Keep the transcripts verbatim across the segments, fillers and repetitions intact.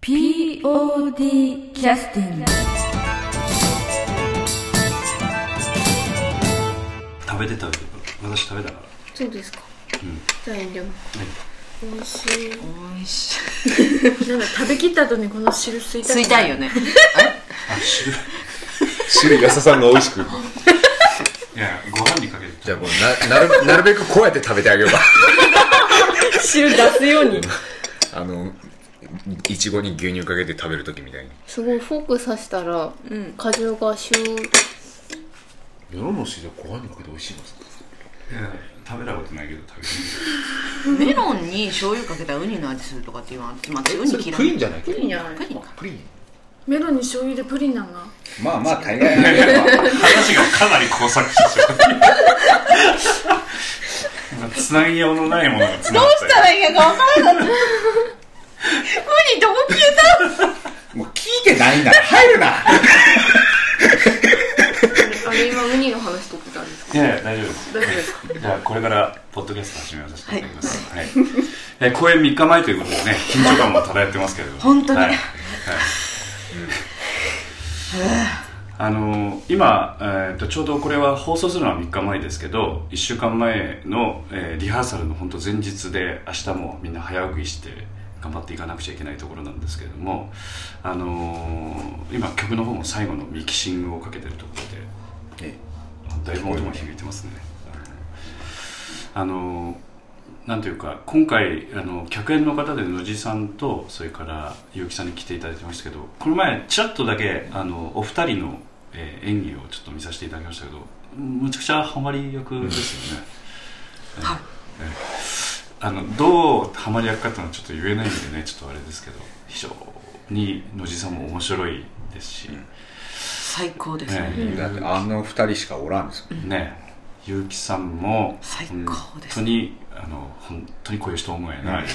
ピーオーディー キャスティング。 食べて食べて私食べたから。 そうですか、うん、じゃあ遠慮なく、はい、美味しい美味しいなんか食べきった後にこの汁吸いたい吸いたいよねあ、汁汁安田さんが美味しくいや、ご飯にかける。 じゃあもう な, な, るなるべくこうやって食べてあげようか汁出すようにあのいちごに牛乳かけて食べるときみたいに。 すごいフォーク刺したら、うん、果汁がシュー。 世ののしでご飯にかけて美味しいんですか？ いや、食べたことないけど食べてみる。 メロンに醤油かけたらウニの味するとかって言わん。まあ、ウニ嫌い。 プリンじゃないプリンじゃないプリンプリンメロンに醤油でプリンなんがまあまあ大概話がかなり交錯してしまうつなぎようのないものがつながった。 どうしたらいいか分からなかったウニどこ消えたもう聞いてないんだ入るなあれ今ウニの話とってたんですか？ いやいや大丈夫です。 大丈夫ですか？ じゃあこれからポッドキャスト始めさせていただきます、はいはいえー、公演みっかまえということでね、緊張感も漂ってますけれども本当に、はいはいあのー、今、えー、とちょうどこれは放送するのはみっかまえですけど、いっしゅうかんまえの、えー、リハーサルの本当前日で、明日もみんな早送りして頑張っていかなくちゃいけないところなんですけれども、あのー、今曲の方も最後のミキシングをかけてるところで、ええ、だいぶ音も響いてますね。あのー、なんというか今回あの客演の方で野地さんとそれから結城さんに来ていただいてましたけど、この前ちらっとだけあのお二人の、えー、演技をちょっと見させていただきましたけど、むちゃくちゃハマり役ですよね、うん、はい、えー、あのどうハマり役かっていうのはちょっと言えないんでね、ちょっとあれですけど、非常に野地さんも面白いですし、うん、 最高ですね、 えー、だってあの二人しかおらんですもんね。結城さんも最高です、 本当にあの本当にこういう人思いやな、うん、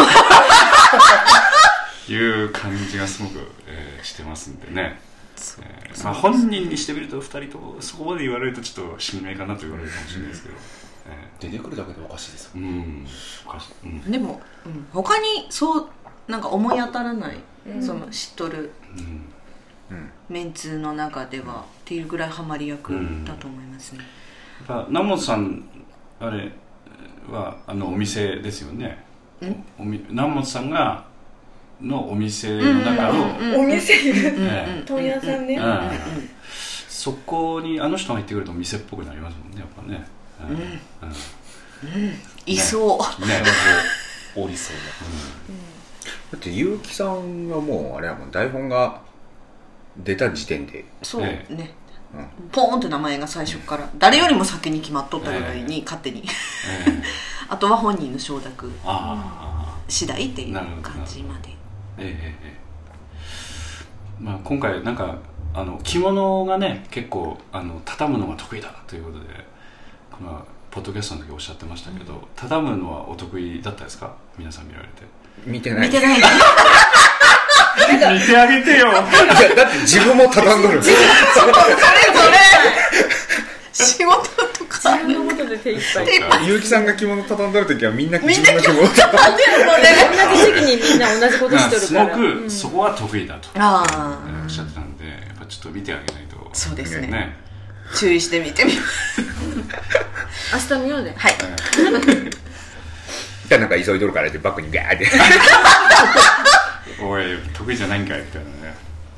いう感じがすごく、えー、してますんでね、えーまあ、本人にしてみるとふたりともそこまで言われるとちょっと心外かなと言われるかもしれないですけど、えー、 出てくるだけでおかしいですよ、 うんおかしい、うん、 でも、うん、他にそうなんか思い当たらない、うん、その知っとる、うん、メンツの中では、うん、っていうぐらいハマり役だと思いますね、 うん、やっぱ南本さんあれはあのお店ですよね。おみ南本さんがのお店の中の、 お店問屋さんね、うんうん、 そこにあの人が入ってくると店っぽくなりますもんね、やっぱね、 うんうんうん、いそうね、ねおりそうだ、うん、だって結城さんはもうあれはもう台本が出た時点でそうね、ね、うん、ポーンって名前が最初から誰よりも先に決まっとったぐらいに、えー、勝手に、えー、あとは本人の承諾次第っていう感じまで、えーえーまあ、今回なんかあの着物がね結構あの畳むのが得意だということでこのポッドキャストの時おっしゃってましたけど、うん、畳むのはお得意だったですか？皆さん見られて。 見てない見てない見てあげてよ。だって自分も畳んどる。それそれ仕事とか自分のことで手いっぱい。 結城さんが着物畳んどるときはみんな自分の着物畳んでる。同じ時期にみんな同じことしてるから。 すごくそこは得意だとおっしゃってたんで、やっぱちょっと見てあげないと。 そうですね。ね、注意して見てみます。 明日見ようね。 はい。 じゃあなんか急いどるからってバッグにガーっておい得意じゃないんかいみたいなね。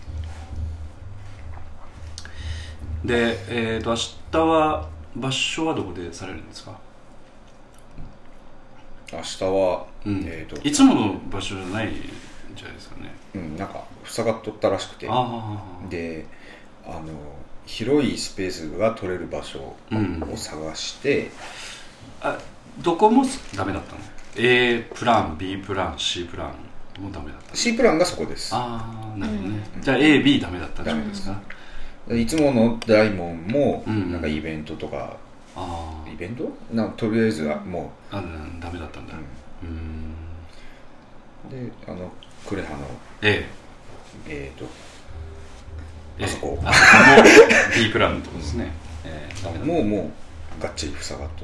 で、えーと明日は場所はどこでされるんですか？ 明日は、 うん、えーといつもの場所じゃないんじゃないですかね。 うん、なんか塞がっとったらしくて、 あであの広いスペースが取れる場所を探して、うん、 あどこもダメだったの？ A プラン B プラン C プランもダメだった。 C プランがそこです。 ああなるほどね、うん、じゃあ A、B ダメだったんじゃないですか。 いつもの大門もなんかイベントとか、うん、イベントなんかとりあえずはもうあダメだったんだ、うんうん、であのクレハの A えーと A あそこあそこも B プランのとこですね、えー、ダメだった。 もうもうがっちり塞がっとって。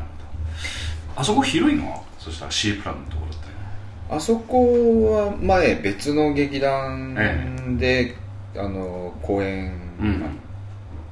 ああなるほど。あそこ広いの？そしたら C プランのところだったよ。 あそこは前別の劇団で、ええ、あの公演があって、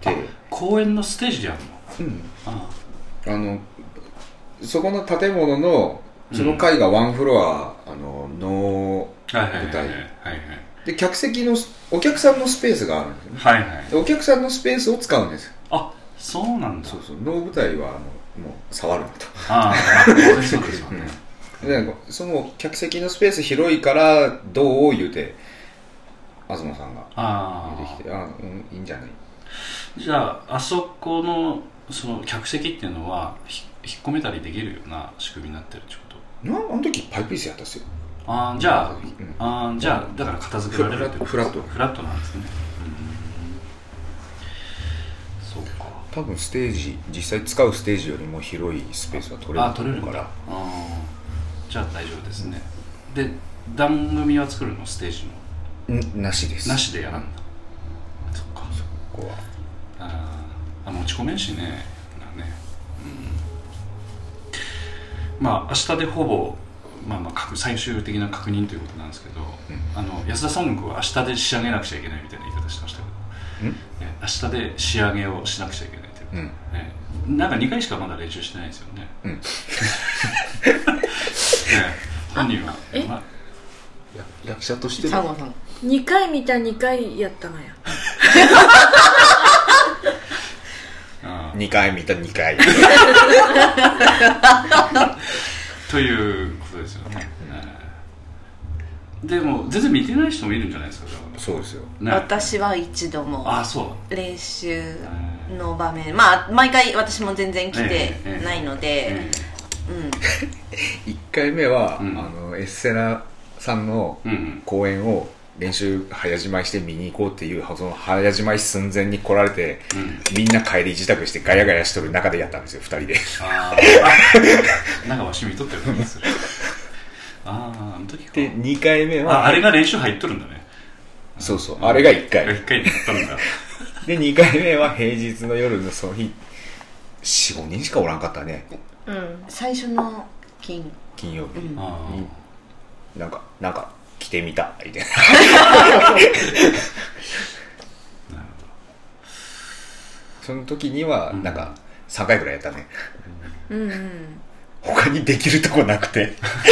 うん、 公演のステージでやるの、うん、 あああのそこの建物のその階がワンフロア、うん、あの能舞台で客席のお客さんのスペースがあるんですよね、はいはい、お客さんのスペースを使うんです。 あ、そうなんだ。 そうそう、能舞台はあのもう触るなと。 ああ、そうですよね、 うん、でその客席のスペース広いからどう言うて東さんが出てきて、ああ、うん、いいんじゃない。 じゃああそこのその客席っていうのは引っ込めたりできるような仕組みになってるってこと？ なあの時パイピースやったっすよ。 ああ、じゃあ、うん、あじゃあだから片付けられるってこと？ フラットフラットなんですね。うん、そうか。 多分ステージ実際使うステージよりも広いスペースが取れると思うから。あ、 あ、じゃあ大丈夫ですね。で番組は作るの？ステージの？ んなしです。 なしでやらんだ。 そっか。そこはああ、持ち込めんしね。ね、うん、まあ明日でほぼ、まあ、まあ最終的な確認ということなんですけど、うん、あの安田三国は明日で仕上げなくちゃいけないみたいな言い方してましたけど、うん、明日で仕上げをしなくちゃいけないという、うん、ね、なんかにかいしかまだ練習してないですよね、うんね、本人はえ、まあ、役者としてにかい見たにかいやったのやにかい見たにかいということですよね、うん、でも全然見てない人もいるんじゃないですか。 そうですよ、 ね、私は一度もあそう練習の場面、まあ毎回私も全然来てないので、 いっかいめは、うん、あのエッセナさんの公演を練習早じまいして見に行こうっていうその早じまい寸前に来られて、うん、みんな帰り自宅してガヤガヤしとる中でやったんですよ、ふたりで。ああ、なんかわし見とってるんですよああ、あの時か。 でにかいめはあ, あれが練習入っとるんだね。 そうそう、あれがいっかいいっかいになったんだでにかいめは平日の夜のその日 よん、ごにんしかおらんかったね、 うん、最初の金金曜日に、うん、なんかなんか来てみたみたいなその時にはなんかさんかいぐらいやったね、うんうん、他にできるとこなくて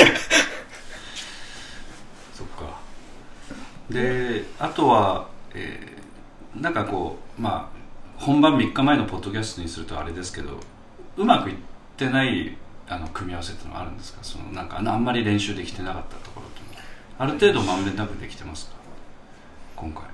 そっか。であとは、えー、なんかこうまあ本番みっかまえのポッドキャストにするとあれですけど、うまくいってないあの組み合わせってのはあるんですか？そのなんかあんまり練習できてなかったところっていうのはある程度まんべんなくできてますか今回？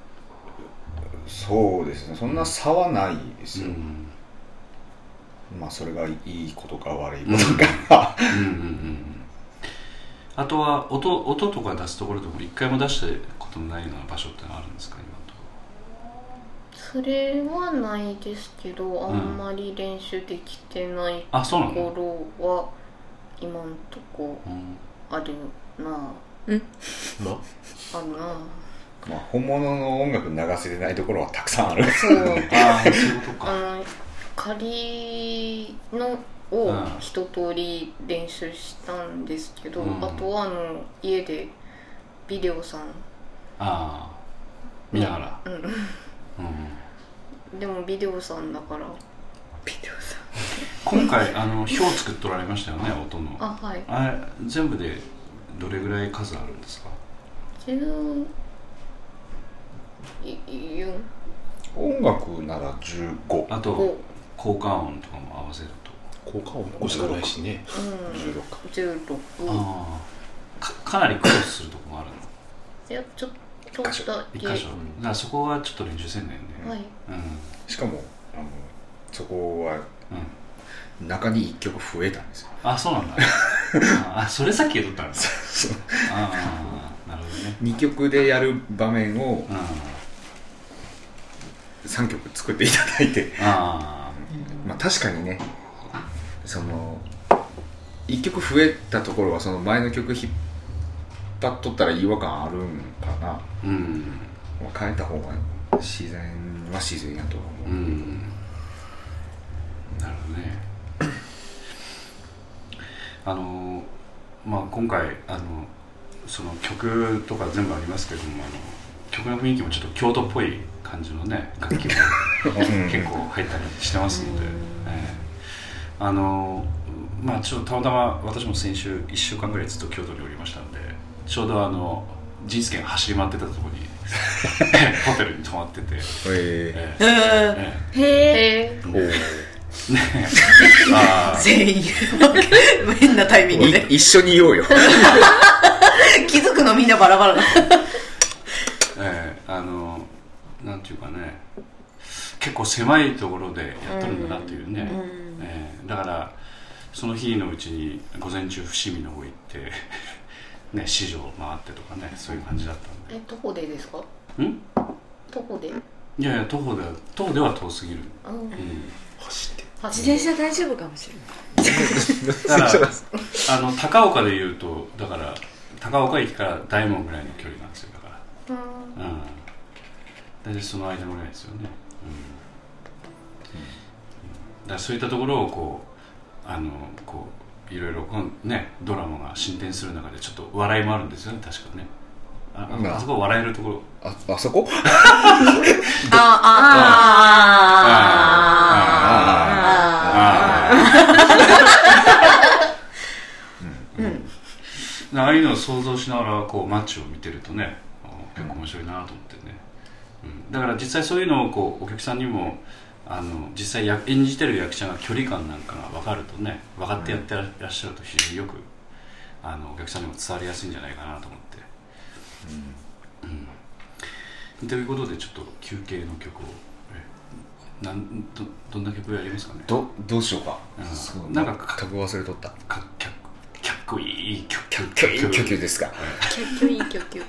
そうですね、そんな差はないですよ、うん、まあそれがいいことか悪いことか、うんうんうんうん、 あとは 音, 音とか出すところでも一回も出したことのないような場所ってのはあるんですか今と？ それはないですけど、あんまり練習できてないところは今んとこあるな。うん、 まあるな。まあ、本物の音楽流せてないところはたくさんある。 そうあそういうことか。あの仮のを一通り練習したんですけど、うん、あとはあの家でビデオさんあ見ながら、うんうん、でもビデオさんだからビデオさん今回あの表作っとられましたよね音の。 あ、はい、 あれ全部でどれぐらい数あるんですか？ じゅうよん音楽ならじゅうご、 あと効果音とかも合わせると効果音もしかないしね、 うん、じゅうろくかじゅうろくあか, かなりクロスするとこもあるの？ いやちょっとだけ一箇所、うん、だからそこはちょっと練習せんねんね、 はい、 うん、 しかもあのそこは、うん、中にいっきょく増えたんですよ。 あ、そうなんだあ, あそれさっき言っとったんですそうああなるほどね。 にきょくでやる場面を、うんさんきょく作っていただいてあ、まあ、確かにねそのいっきょく増えたところはその前の曲引っ張っとったら違和感あるんかな、うんまあ、変えた方が自然は自然やと思う、うん、 なるほどねあのまあ、今回あのその曲とか全部ありますけども、あの曲の雰囲気もちょっと京都っぽい感じのね楽器も結構入ったりしてますので、えー、あのまあちょっとたまたま私も先週いっしゅうかんぐらいずっと京都におりましたので、ちょうどあの人生走り回ってたところにホテルに泊まってて、へえー、えー、へー、 ねあ全員変なタイミングで一緒にいようよ気づくのみんなバラバラだえー、あのなんていうかね、結構狭いところでやってるんだなっていうね、うんえー、だからその日のうちに午前中伏見の方行ってね、市場回ってとかね、そういう感じだったんで。 え、徒歩でですか？ ん？ 徒歩で？ いやいや、徒歩では徒歩では遠すぎる。 うん、 走って。 自転車大丈夫かもしれない。 だからあの高岡でいうと、だから高岡駅から大門ぐらいの距離なんですよ。だから。うん。うん、大体その間ぐらいですよね。うん。うん、だからそういったところをこうあのこう。いろいろね、ドラマが進展する中でちょっと笑いもあるんですよね、確かね。 あ, あ, あそこ笑えるところ、 あ, あそこああああいうのを想像しながらこうマッチを見てるとね、結構面白いなと思ってね、うん、だから実際そういうのをこうお客さんにもあの実際や演じてる役者が距離感なんかが分かるとね、分かってやってらっしゃると非常によくあのお客さんにも伝わりやすいんじゃないかなと思って、うんうん、ということでちょっと休憩の曲をなん ど, どんな曲やりますかね。 ど, どうしようか、 うん、なんか曲忘れとった。 かかかっこいい曲かっこいい曲ですか。かっこいい曲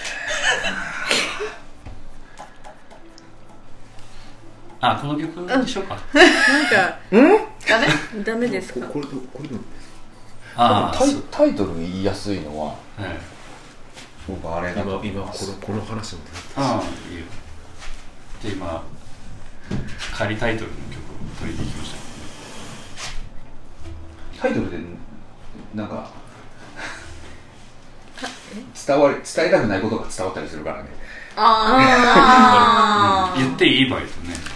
あ、この曲でしょうか。 なんか、 うん？ ダメ？ダメですか？ これこれこれあタイタイトル言いやすいのは、 ええ、 僕あれだ今今このこの話もああいいよ。で今仮タイトルの曲を取りに行きました。 タイトルでなんか伝わり伝えたくないことが伝わったりするからね。 ああ、うん、言っていい場合とね、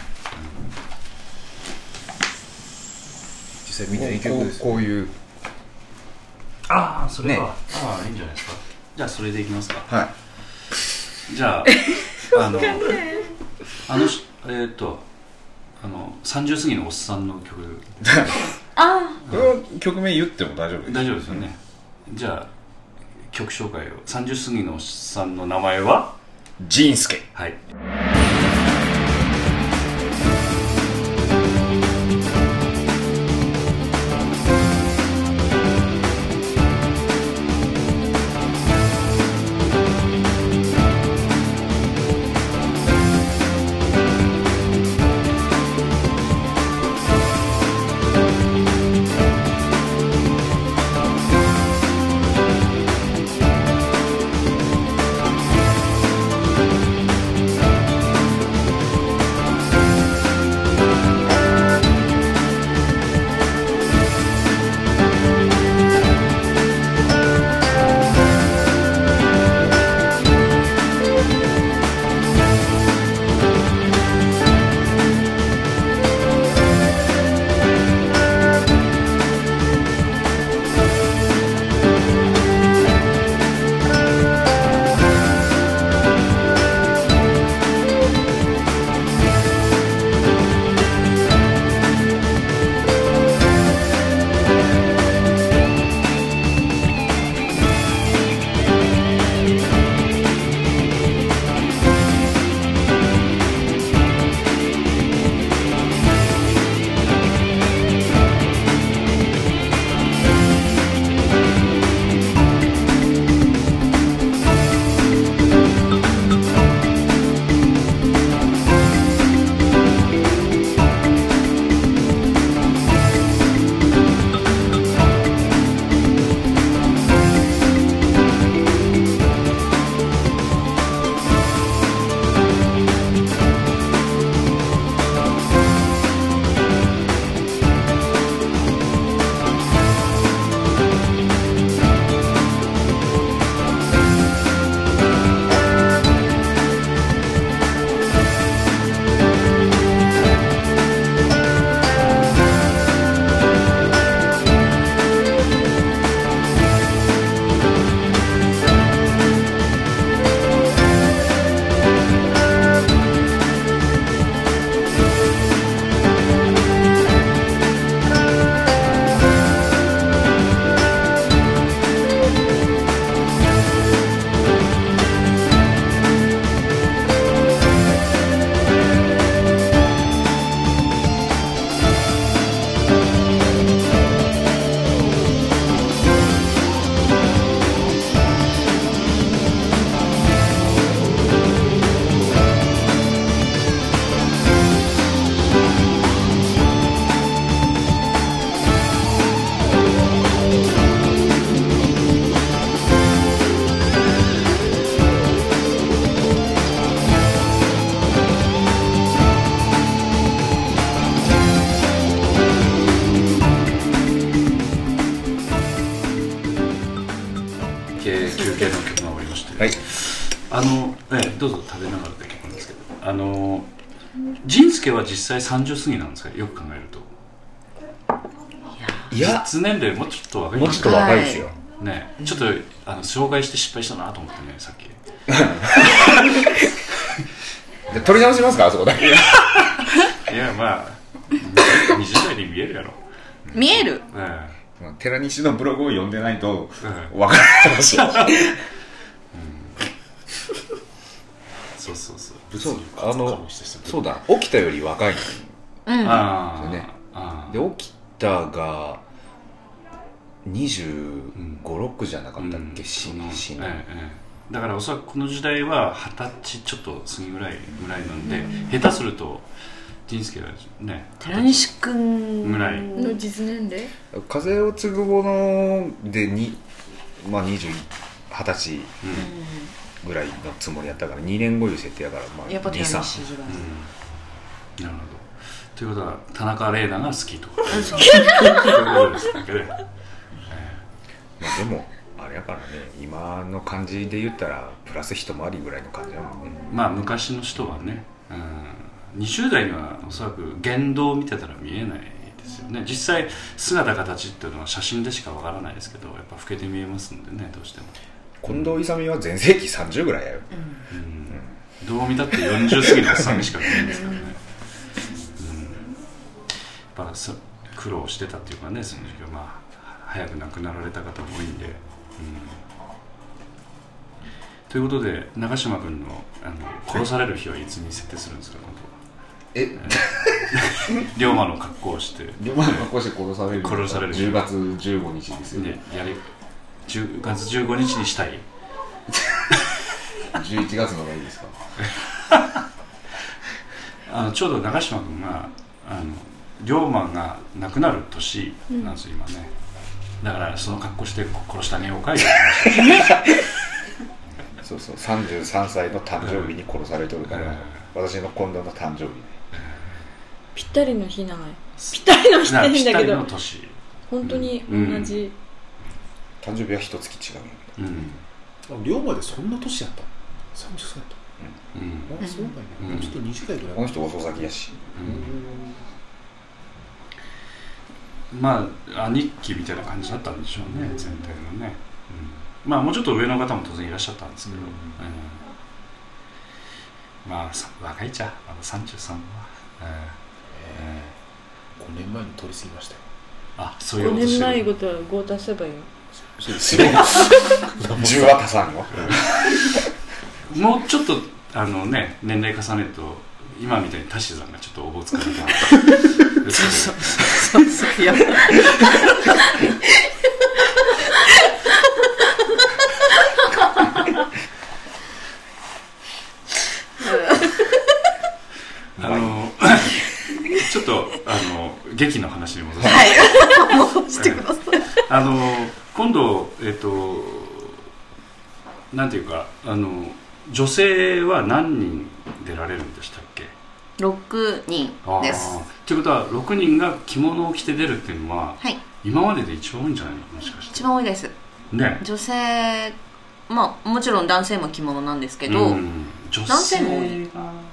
実際みんないい曲ですよ。こういうああそれは、 ね、 ああいいんじゃないですか。じゃあそれでいきますか。 はい。 じゃああのあのえー、っとあのさんじゅう過ぎのおっさんの曲ああこれは曲名言っても大丈夫です。 大丈夫ですよね、うん、じゃあ曲紹介を。さんじゅう過ぎのおっさんの名前はジンスケ。 はい。 「 して、 はい、 あの、えどうぞ食べながらで結構なんですけど、あの仁助は実際さんじゅう過ぎなんですか、よく考えると。 いや実年齢もうちょっと若いもうちょっと若いですよ、 ね、ちょっとあの紹介して失敗したなと思ってね、さっきで取り直しますか、あそこだけ。いやまあにじゅう代に見えるやろ。 見える、 ええ、寺西のブログを読んでないとえ分からないし、うん、 そうそうそう、 そうあのそうだ、起きたより若いんですうん、 あよね。 あで起きたがにじゅうご、ろくじゃなかったっけ、死に死に、 ええ、だからおそらくこの時代ははたちちょっと過ぎぐらいぐらいなんで、うん、下手すると仁助がね、 寺西くんぐらいの実年齢、 風を継ぐ者でに、まあ、にじゅう、はたちぐらいのつもりやったからにねんごいう設定やから、まあ、 やっぱ寺西ぐらい、 うん、なるほど。ということは田中玲奈が好きとかそういうことですだけで、えーまあ、でもあれやからね、今の感じで言ったらプラス一回りぐらいの感じだもんね。 まあ昔の人はね、うん、にじゅう代にはおそらく言動を見てたら見えないですよね。実際姿形っていうのは写真でしかわからないですけど、やっぱ老けて見えますんでね、どうしても。近藤勇は全盛期さんじゅうぐらいやよ、 うんうん、どう見たってよんじゅう過ぎのおっさんにしか見えないですからね、うん、やっぱ苦労してたっていうかね、その時期はまあ早く亡くなられた方も多いんで、うん、ということで長嶋君のあの殺される日はいつに設定するんですか、今度は。 え龍馬の格好をして龍馬の格好して殺される殺されるじゅうがつじゅうごにちですよね。 やりじゅうがつじゅうごにちにしたいじゅういちがつの方がいいですかあのちょうど長嶋君があの龍馬が亡くなる年なんですよ、うん、今ね。だからその格好して殺してあげようかいそうそう、さんじゅうさんさいの誕生日に殺されてるから、うん、私の今度の誕生日、 ぴったりの日長い、ぴったりの日ないんだけど、ぴったりの年、 本当に同じ、うん、 誕生日は一月違うんやけど、うん、龍馬でそんな年やったさんじゅっさいだった、うんうん、あ、そうなんや、うん、ちょっとにじゅう代ぐらい、 この人遅咲きやし、 うん、まあ兄貴みたいな感じだったんでしょうね、全体のね、うん、まあもうちょっと上の方も当然いらっしゃったんですけど、うんうん、まあ若いっちゃまださんじゅうさんは、えーえー、ごねんまえに取り過ぎましたよ。 あ、そういうごねんまえごとはご足せばいいよ。 そうですよじゅうは足さんよもうちょっとあのね、年齢重ねると今みたいに足し算がちょっとおぼつかなくなったそうそうそうそういやあのちょっとあの劇の話に戻して、 はい、戻してください。 あの今度えっとなんていうか、あの女性は何人出られるんでしたっけ？ ろくにんです。 ということはろくにんが着物を着て出るっていうのは、 はい、 今までで一番多いんじゃないの、もしかして。 一番多いです、ね、女性、まあもちろん男性も着物なんですけど、うん、女性男性も多い、うん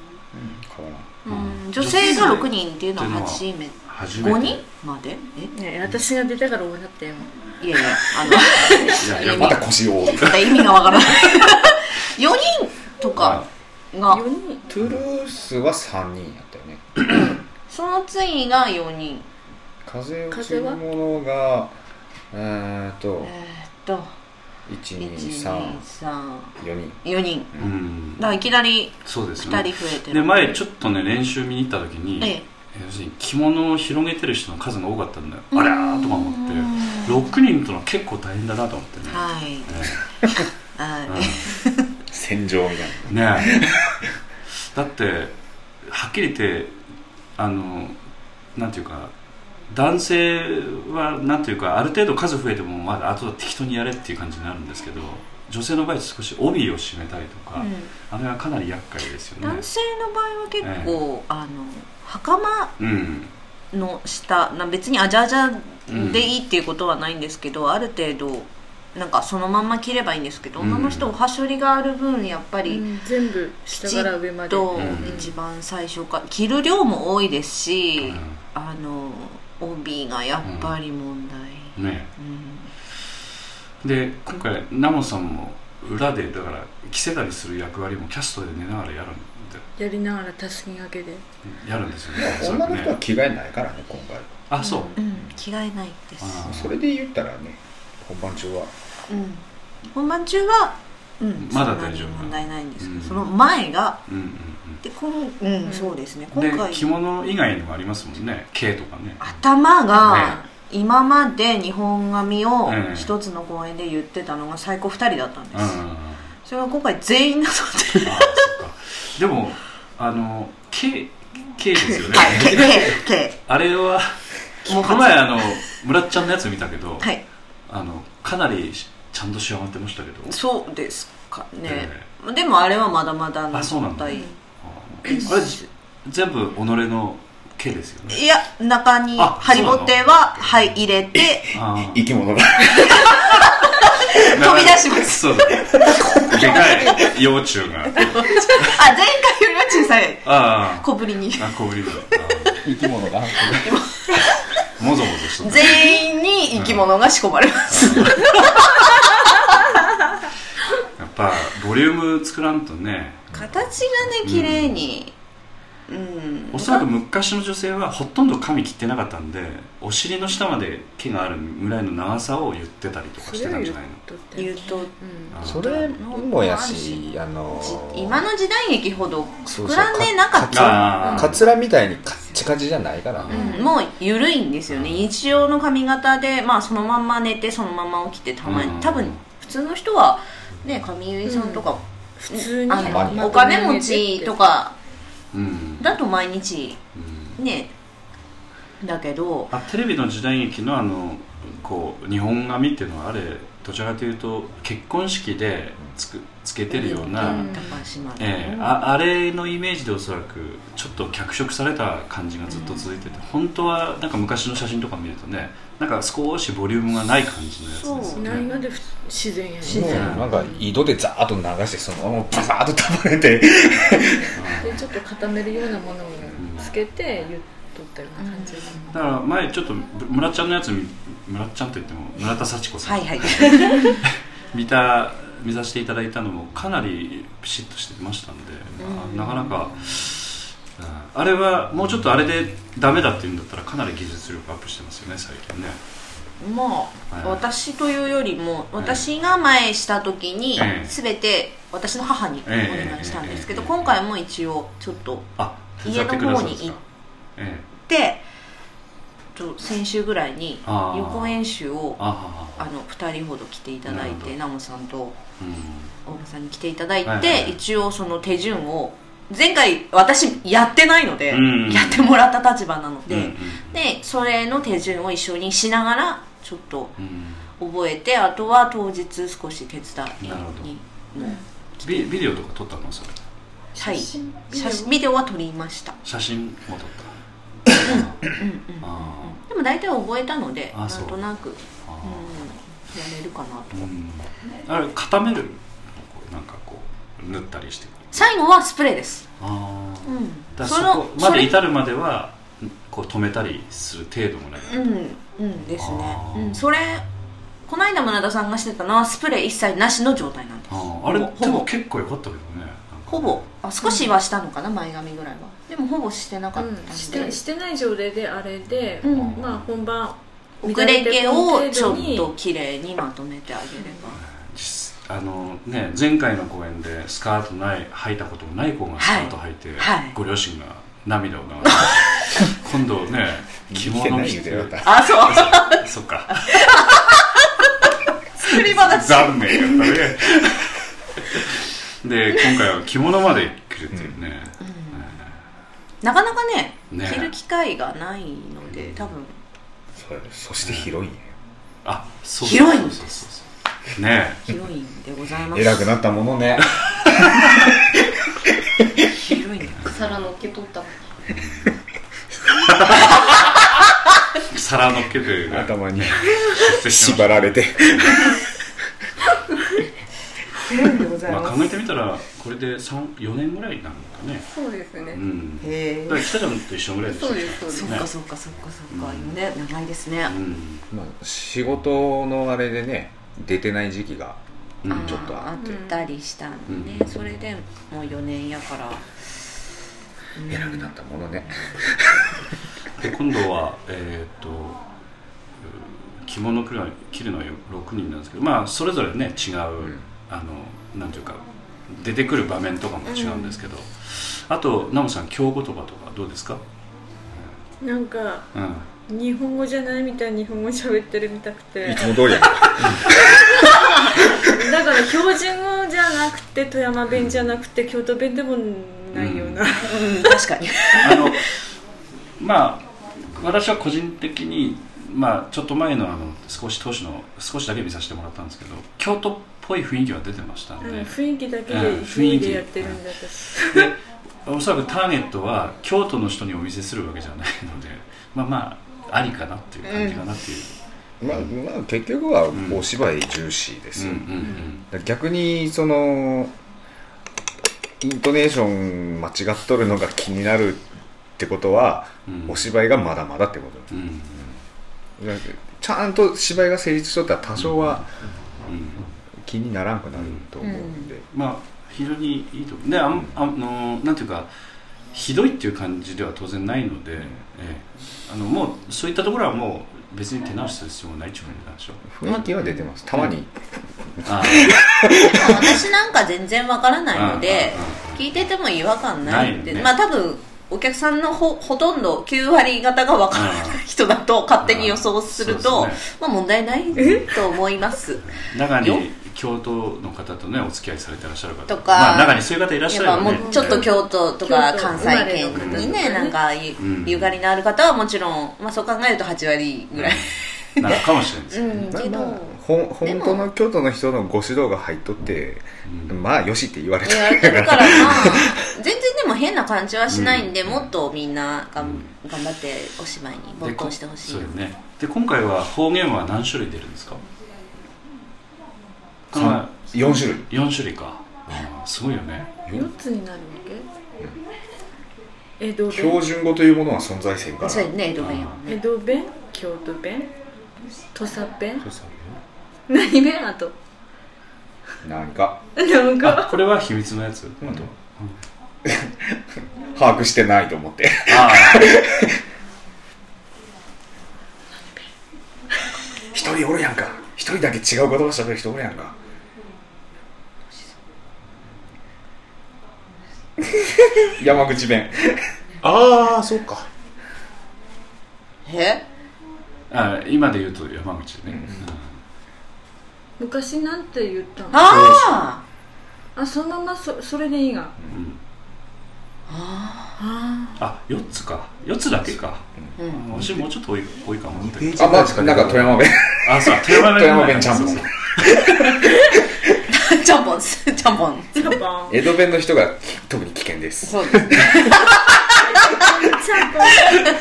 うん、女性がろくにんっていうのは初めてごにんまでえ、私が出たから多かったよ。 いやいや、あのいやいやまた腰をまた意味がわからないよにんとかがよにん、 トゥルースはさんにんやったよねその次がよにん、 風を継ぐ者がえーっとえーっといちにさんよにんよにん、うん、だからいきなりふたり増えてる。 で前ちょっとね練習見に行った時に、ええ、要するに着物を広げてる人の数が多かったんだよ。ありゃーとか思ってろくにんとのは結構大変だなと思ってね。 はい、 えーはい戦場みたいなねだってはっきり言ってあのなんていうか男性はなんていうかある程度数増えてもまだあとは適当にやれっていう感じになるんですけど、女性の場合少し帯を締めたりとか、うん、あれはかなり厄介ですよね。 男性の場合は結構、えー、あの袴の下、うん、別にあじゃあじゃでいいっていうことはないんですけど、うん、ある程度なんかそのまんま着ればいいんですけど、女の人おはしょりがある分やっぱり、うん、 全部下から上までと一番最初から着る量も多いですし、うん、あの帯がやっぱり問題、 うんねうん、で今回ナモさんも裏でだから着せたりする役割もキャストで寝ながらやるんでやりながらたすき掛けでやるんですよね。 女の人は着替えないからね今回。 あそう、 うん、着替えないです。 それで言ったらね本番中は、 うん、本番中は、うん、 まだ大丈夫問題ないんですけど、うん、その前が、うんうんうん、でこの、うんうん、そうですね今回で着物以外にもありますもんね。毛とかね頭が、ね、今まで日本髪を一つの公演で言ってたのが最高ふたりだったんです、うん、それが今回全員なのであそっかでもあの毛毛ですよね毛あれはこの前あの村っちゃんのやつ見たけど、 はい、 あのかなりちゃんと仕上がってましたけど。 そうですかね、えー、でもあれはまだまだの状態です。 あれ全部己の毛ですよね。 いや中にハリボテははい入れて生き物が飛び出します。 そうだでかい幼虫があ前回よりは小さい小ぶりにあ小ぶりに生き物がもぞもぞして全員に生き物が仕込まれます、うん、やっぱボリューム作らんとね形がね綺麗に、うんうん、 おそらく昔の女性はほとんど髪切ってなかったんでお尻の下まで毛があるぐらいの長さを言ってたりとかしてたんじゃないの。 言うと、うん、 それもやしあのー、今の時代劇ほど膨らんでなかった。 カツラみたいにカッチカチじゃないから、 うん、もう緩いんですよね。日常の髪型で、まあ、そのまんま寝てそのまま起きてたまに、うん、多分普通の人はね髪結いさんとか、うん、 普通にあのお金持ちとかだと毎日ね、うん、だけどあテレビの時代劇のあのこう日本髪っていうのはあれどちらかというと結婚式でつくつけてるような、うんえー、あ, あれのイメージでおそらくちょっと脚色された感じがずっと続いてて、うん、本当はなんか昔の写真とか見るとねなんか少しボリュームがない感じのやつですよね。 ないので自然やね。 自然なんか井戸でザーッと流してそのままバサーッと束ねてでちょっと固めるようなものをつけて言っとったような感じ、うん、 だから前ちょっと村ちゃんのやつ村ちゃんといっても村田幸子さん、 はいはい、 見た見させていただいたのもかなりピシッとしてましたんで、うん、なかなか、うん、あれはもうちょっとあれでダメだっていうんだったらかなり技術力アップしてますよね最近ね。 まあ、はい、私というよりも私が前した時に全て私の母にお願いしたんですけど、今回も一応ちょっと家の方に行って先週ぐらいに予行演習をあのふたりほど来ていただいてナモさんと大場さんに来ていただいて、はいはい、一応その手順を前回私やってないので、うんうん、やってもらった立場なので、うんうん、でそれの手順を一緒にしながらちょっと覚えて、うん、あとは当日少し手伝いにもビ, ビデオとか撮ったのそれ。 はい写真ビデオは撮りました。 写真も撮った。 うんうんうん、でも大体覚えたのでなんとなく、うん、やれるかなと、うん、 あれ固めるなんかこう塗ったりして最後はスプレーです。 あ、うん、だそこまで至るまではこう止めたりする程度もない。 うんうんですね、うん、それこの間村田さんがしてたのはスプレー一切なしの状態なんです。 あ, あれでも結構良かったけどね。 ほぼあ少しはしたのかな、うん、前髪ぐらいは。でもほぼしてなかったんで、うん、 して、してない状態であれで、うん、まあ本番遅れ毛をちょっと綺麗にまとめてあげれば、うん、あのね前回の公演でスカートない履いたこともない子がスカート履いて、はいはい、ご両親が涙を流して今度ね着物着てあそうそっか作り話残念やったねで今回は着物まで来るっていうね、うんうん、 なかなか ね, ね着る機会がないので多分そ, そして広いね、 あそう広いんですそうそうそうね広いんでございます。 偉くなったものね広いね皿乗っけとった皿乗っけて、ね、 頭に縛られてまあ、考えてみたらこれでさん、よねんぐらいになるのかね。 そうですね、 うん、 へえ。 だから北ちゃんと一緒ぐらいでした。 そうですそうです、 そっかそっかそっかそっか、よねん長いですね。 うんまあ、仕事のあれでね出てない時期がうん、 ちょっとああったりしたんでね、 うん、 それでもうよねんやから、 うん、偉くなったものね。 で今度はえっ、ー、と着物着るの着るのはろくにんなんですけど、まあそれぞれね違う、うん、あのなんていうか出てくる場面とかも違うんですけど、うん、あとナムさん京言葉とかどうですか？ なんか、 うん、 日本語じゃないみたいに日本語喋ってるみたくて、 いつも通りやん。 だから標準語じゃなくて富山弁じゃなくて京都弁でもないような、 うんうん、確かにあのまあ私は個人的に、まあ、ちょっと前の、あの少し当時の少しだけ見させてもらったんですけど京都っぽい雰囲気は出てましたんで、 うん、雰囲気だけで雰囲気でやってるんだ私、 でおそらくターゲットは京都の人にお見せするわけじゃないので、まあまあありかなっていう感じかなっていう、 うん、まあ、まあ結局はお芝居重視ですよ、うんうんうん、逆にそのイントネーション間違っとるのが気になるってことは、うん、お芝居がまだまだってこと、うんうん、ちゃんと芝居が成立しとったら多少は気にならんくなると思うんで、 うんうん、まあ非常にいいと思うで、ああのなんていうかひどいっていう感じでは当然ないので、ええ、あのもうそういったところはもう別に手直しする必要もないっていう感じなんでしょう。 雰囲気は出てます、たまに、うん、 あでも私なんか全然わからないので聞いてても違和感ないんで、ね、まあ多分お客さんの ほ, ほとんどきゅうわり方がわからない人だと勝手に予想すると、ね、まあ問題ないと思います。 中に京都の方とねお付き合いされてらっしゃる方とか、 まあ、中にそういう方いらっしゃるよね。 もうちょっと京都とか関西圏にねなんか ゆ,、うん、ゆがりのある方はもちろん、まあ、そう考えるとはちわりぐらい、 うん、なるかもしれないですね、 うん、けど、まあ、 ほ本当の京都の人のご指導が入っとって、うん、まあよしって言われてるから、まあ、全然でも変な感じはしないんで、うん、もっとみんなが、うん、頑張ってお芝居に没頭してほしい。 そうよね。で今回は方言は何種類出るんですか？ よんしゅるい。 よん種類か、うん、すごいよね。 よっつになるわけ、うん、江戸弁標準語というものは存在せんから。 そうね、江戸弁、 江戸弁、京都弁、土佐弁、何弁、あと何かなんかこれは秘密のやつ、うん、あと、 うん、把握してないと思ってあ一人おるやんか、一人だけ違う言葉しゃべる人おるやんか山口弁ああそうか。 えあ今で言うと山口ね、うんうん、 昔なんて言ったの？ ああそのまま そ, それでいいが、うん、 ああよっつか、よっつだけか、うん、私もうちょっと多い多いかも。 あ、まあ、なんか富山弁あ、そう富山弁富山弁ちゃんぽんちゃんぽんちゃんぽん江戸弁の人が特に危険です。 そうですねちゃんぽん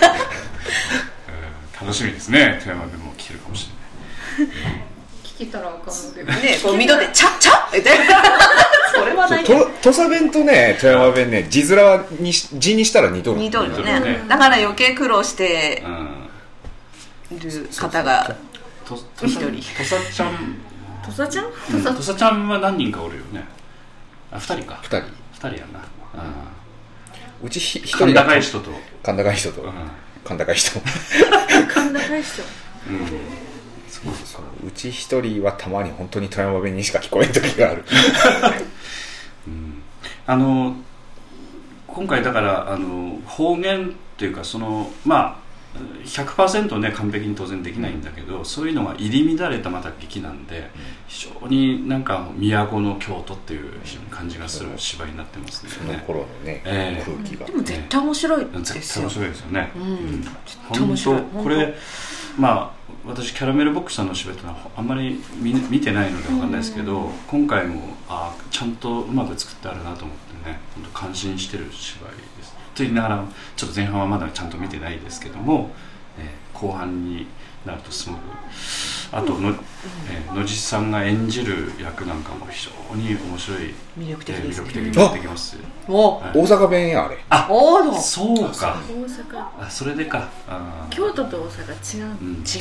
楽しみですね。富山弁も聞けるかもしれない聞けたらあかんのでね、こう緑でチャッチャッってそれはない。 土佐弁とね富山弁ね字面に字にしたら似とる似とるね、ね、だから余計苦労している方が一人。 土佐ちゃん土佐ちゃん、 うん、土佐ちゃんは何人かおるよね。あ、ふたりか。 ふたりふたりやな、 うん、うちひ一人が甲高い人と甲高い人と甲高い人甲高い人、うん、 そうそう、うち一人はたまに本当に富山弁にしか聞こえん時がある、 うん、あの今回だからあの方言っていうかそのまあひゃくパーセント ね完璧に当然できないんだけど、うん、そういうのが入り乱れたまた劇なんで、うん、非常になんか都の京都っていう非常に感じがする芝居になってますね。 その頃のね、えー、空気がでも絶対面白いですよ、ね、 絶対面白いですよね、 うんうん、絶対面白い。 これまあ私キャラメルボックスさんの芝居ってのはあんまり 見, 見てないので分かんないですけど、うん、今回もあちゃんとうまく作ってあるなと思ってね、本当感心してる芝居ですと言いながらちょっと前半はまだちゃんと見てないですけども、 えー、後半になるとすごくあとの、うんえー、野地さんが演じる役なんかも非常に面白い魅力的ですね、 えー、魅力的になってきますお、はい、大阪弁やあれあおそうか大阪あそれでかあ京都と大阪違う、 うん、違う、 違う、うん、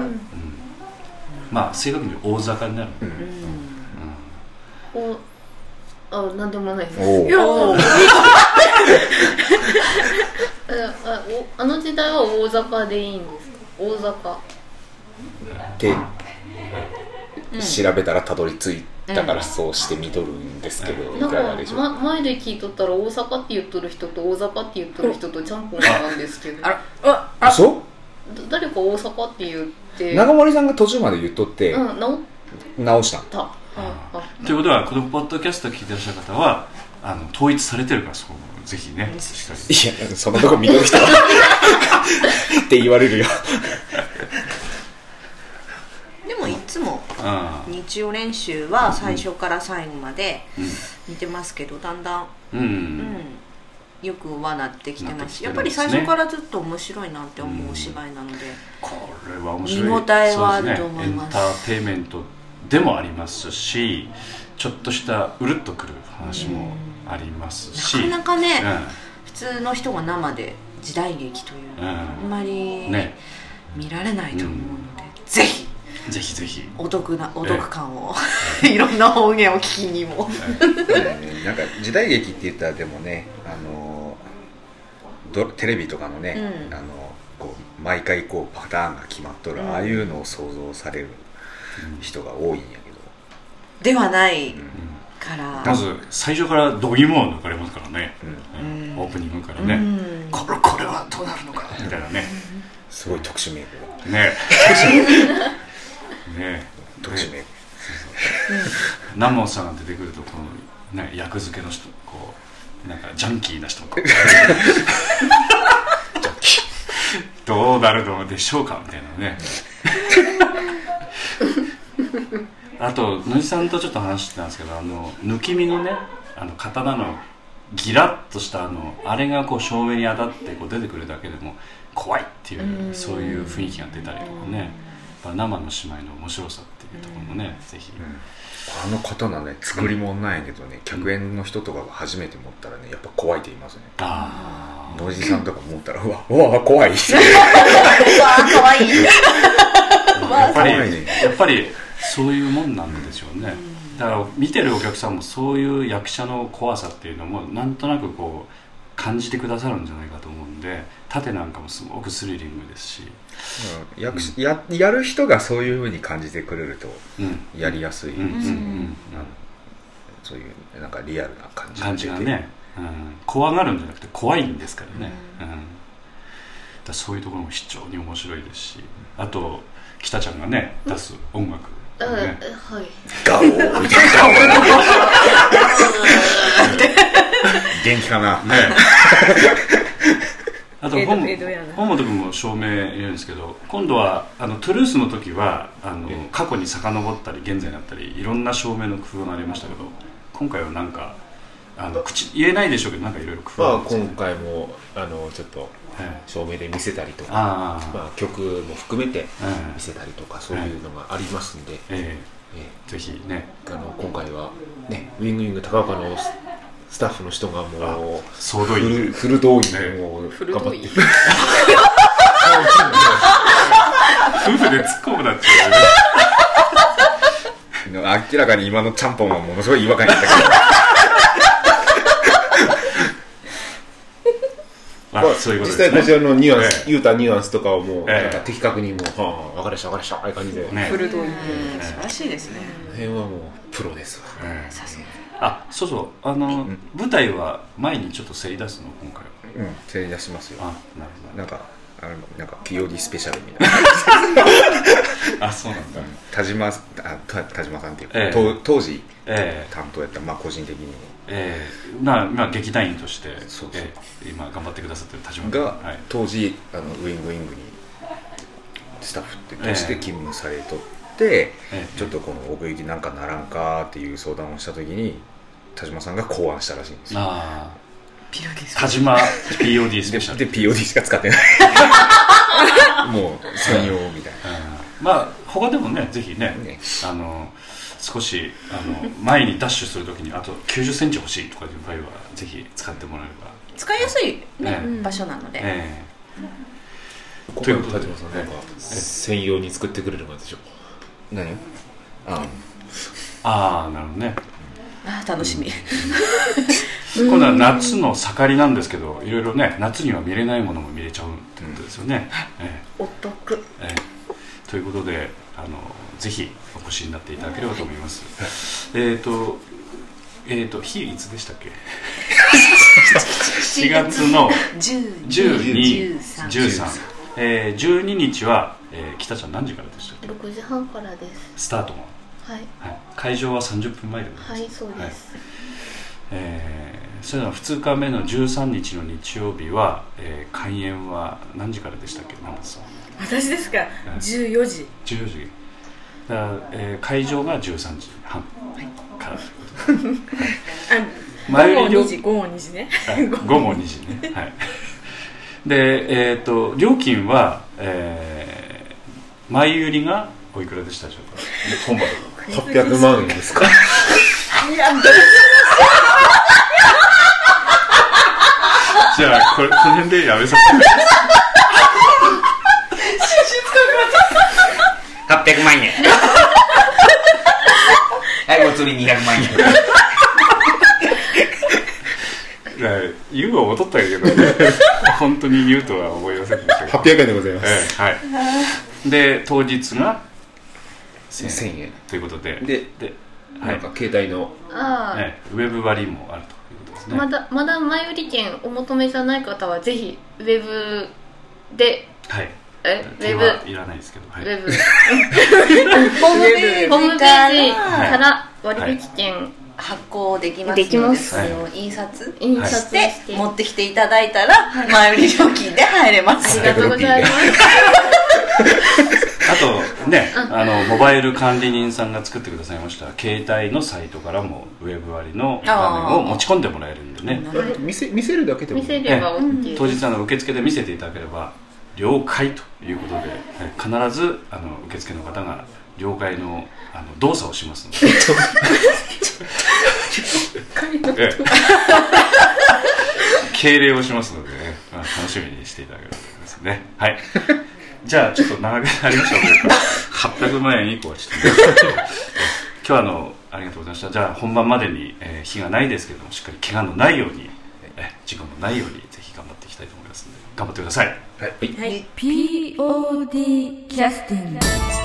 まあ正確に大阪になる、うんうんうん、おあ、なんでもないです。 おいやおあおあの時代は大阪でいいんですか？大阪で、うん、調べたらたどり着いたからそうして見とるんですけど、うん、 なんか、ま、前で聞いとったら大阪って言っとる人と大阪って言っとる人とちゃんぽんなんですけどあらあそう誰か大阪って言って長森さんが途中まで言っとって、 うん、直直したたということはこのポッドキャストを聞いてらっしゃる方はあの統一されてるからそこぜひねしっかりいやそんなとこ見とる人はって言われるよでもいつも日曜練習は最初から最後まで見てますけどだんだん、うんうん、よくはなってきてますし、やっぱり最初からずっと面白いなって思うお芝居なので、 これは面白い見応えはあると思います。 エンターテインメントでもありますしちょっとしたうるっとくる話もありますし、 なかなかね、うん、普通の人が生で時代劇という、うん、あんまり、ね、見られないと思うので、うん、ぜひぜひぜひお得なお得感を、えー、いろんな方言を聞きにもなんか時代劇って言ったらでもね、あのテレビとかのね、うん、あのこう毎回こうパターンが決まっとる、うん、ああいうのを想像される人が多いんやけど、 ではないから、 まず最初から度肝を抜かれますからね、うんうん、オープニングからね、うん、これこれはどうなるのかみたいなね、 すごい特殊メイクがねね特殊メイク南門さんが出てくるとこの、ね、役付けの人こうなんかジャンキーな人こうどうなるのでしょうかみたいなねあと野地さんとちょっと話してたんですけど、あの抜き身のねあの刀のギラッとしたあのあれがこう照明に当たってこう出てくるだけでも怖いっていう、うそういう雰囲気が出たりとかね、やっぱ生の姉妹の面白さっていうところもね、ぜひ、うん、 あの刀ね作り物なんやけどね、うん、客演の人とかが初めて持ったらねやっぱ怖いって言いますね。ああ野地さんとか持ったらうわうわ怖いってうわ怖いやっぱりやっぱりそういうもんなんでしょうね、うん、だから見てるお客さんもそういう役者の怖さっていうのもなんとなくこう感じてくださるんじゃないかと思うんで、盾なんかもすごくスリリングですし、 うん、や, や, やる人がそういう風に感じてくれるとやりやすいですね、そういうなんかリアルな感じ感じがね、うん、怖がるんじゃなくて怖いんですからね、うんうん、だそういうところも非常に面白いですし、あと北ちゃんがね出す音楽、 ね、はいガオーみたいな元気かな、ね、 あと本本君も証明言うんですけど、今度はあのトゥルースの時はあの過去に遡ったり現在になったりいろんな証明の工夫がありましたけど、今回はなんかあの口言えないでしょうけどなんかいろいろ工夫があるんですよね。まあ、今回もあのちょっと照明で見せたりとか、あ、まあ、曲も含めて見せたりとか、そういうのがありますんで、えーえー、ぜひね、 あの今回はねウィングウィング高岡のスタッフの人がもう総動員フル動員でもう頑張って夫婦で突っ込むなっちゃうよね明らかに今のちゃんぽんはものすごい違和感やったけどまあ、そういうことですね、実際こちらのニュアンス、えー、言うたニュアンスとかをもう、えー、なんか的確にもう、はあ、分かりました分かりましたああいう感じで、 ね、フル動員、素晴らしいですね。 この辺はもうプロですわ、 えー、さすが。あ、そうそう、あの、うん、舞台は前にちょっとせり出すの今回は。 うん、せり出しますよ。あ、なるほど。なんかあのなんか ピーオーディー スペシャルみたいなあ、そうなんだ。 田島あ田島さんっていうか、えー、当時、えー、担当やった、まあ個人的にも、 えー、まあまあ劇団員としてそうそう、えー、今頑張ってくださってる田島が、はい、当時あのウィングウィングにスタッフとして勤務されとって、えー、ちょっとこの奥行きなんかならんかっていう相談をした時に田島さんが考案したらしいんですよ。あ田島 ピーオーディー スペシャルで ピーオーディー しか使ってないもう専用みたいな、 うん、まあ他でもねぜひ ね, ねあの少しあの前にダッシュするときにあときゅうじゅっセンチ欲しいとかいう場合はぜひ使ってもらえれば使いやすい、ねね、 場所なので、 えー、ここの田島さんなんか専用に作ってくれるのでしょう。 何ああーなるほどね。 あ楽しみ、 うん、今度は夏の盛りなんですけどいろいろね夏には見れないものも見れちゃうってことですよね、 うんえー、お得、 えー、ということであのぜひお越しになっていただければと思います、はい、えっ、ー、とえーと日いつでしたっけしがつのじゅうに、じゅうさん、えー、じゅうににちは、えー、北ちゃん何時からでしたっけ。 ろくじはんからです。 スタートも、 はいはい、会場はさんじゅっぷんまえでございます。 はいそうです、はいえー、それではふつかめのじゅうさんにちの日曜日は、えー、開演は何時からでしたっけ南本さん。 私ですか、じゅうよじじゅうよじだから、えー、会場がじゅうさんじはんからということで、 はい、午後にじ午後にじね午後にじねはいで、えーと料金は、えー、前売りがおいくらでしたでしょうか。 本場はっぴゃくまんえんですか。 いやじゃあこれこの辺でやめさせてください。 はっぴゃくまんえんはいお釣りにひゃくまんえん言うは戻ったけど、ね、本当に言うとは思いませんでしたけどはっぴゃくえんでございます、 えーはい、で当日がせんえんということででで、はい、なんか携帯のあ、 ね、ウェブ割もあるということですね。 まだまだ前売り券お求めじゃない方はぜひウェブで、 はい、 えウェブいらないですけど、はい、 ウェブホームページから割引券、はい発行できますので、 できます、 あの印刷印刷して持ってきていただいたら、はい、前売り料金で入れます。 ありがとうございますあとね、あのモバイル管理人さんが作ってくださいました携帯のサイトからもウェブ割の画面を持ち込んでもらえるんでね。 見せ、見せるだけでも見せれば OK、 当日あの受付で見せていただければ了解ということで、必ずあの受付の方が了解のあの動作をしますのでええ、敬礼をしますので、ね、まあ、楽しみにしていただければと思いますね。はい。じゃあちょっと長くなりましたのではっぴゃくまんえん以降はちょっと今日はあのありがとうございました。じゃあ本番までに、えー、日がないですけどもしっかり怪我のないように、え事故のないようにぜひ頑張っていきたいと思いますので頑張ってください。 はい、 はい、ピーオーディー キャスティング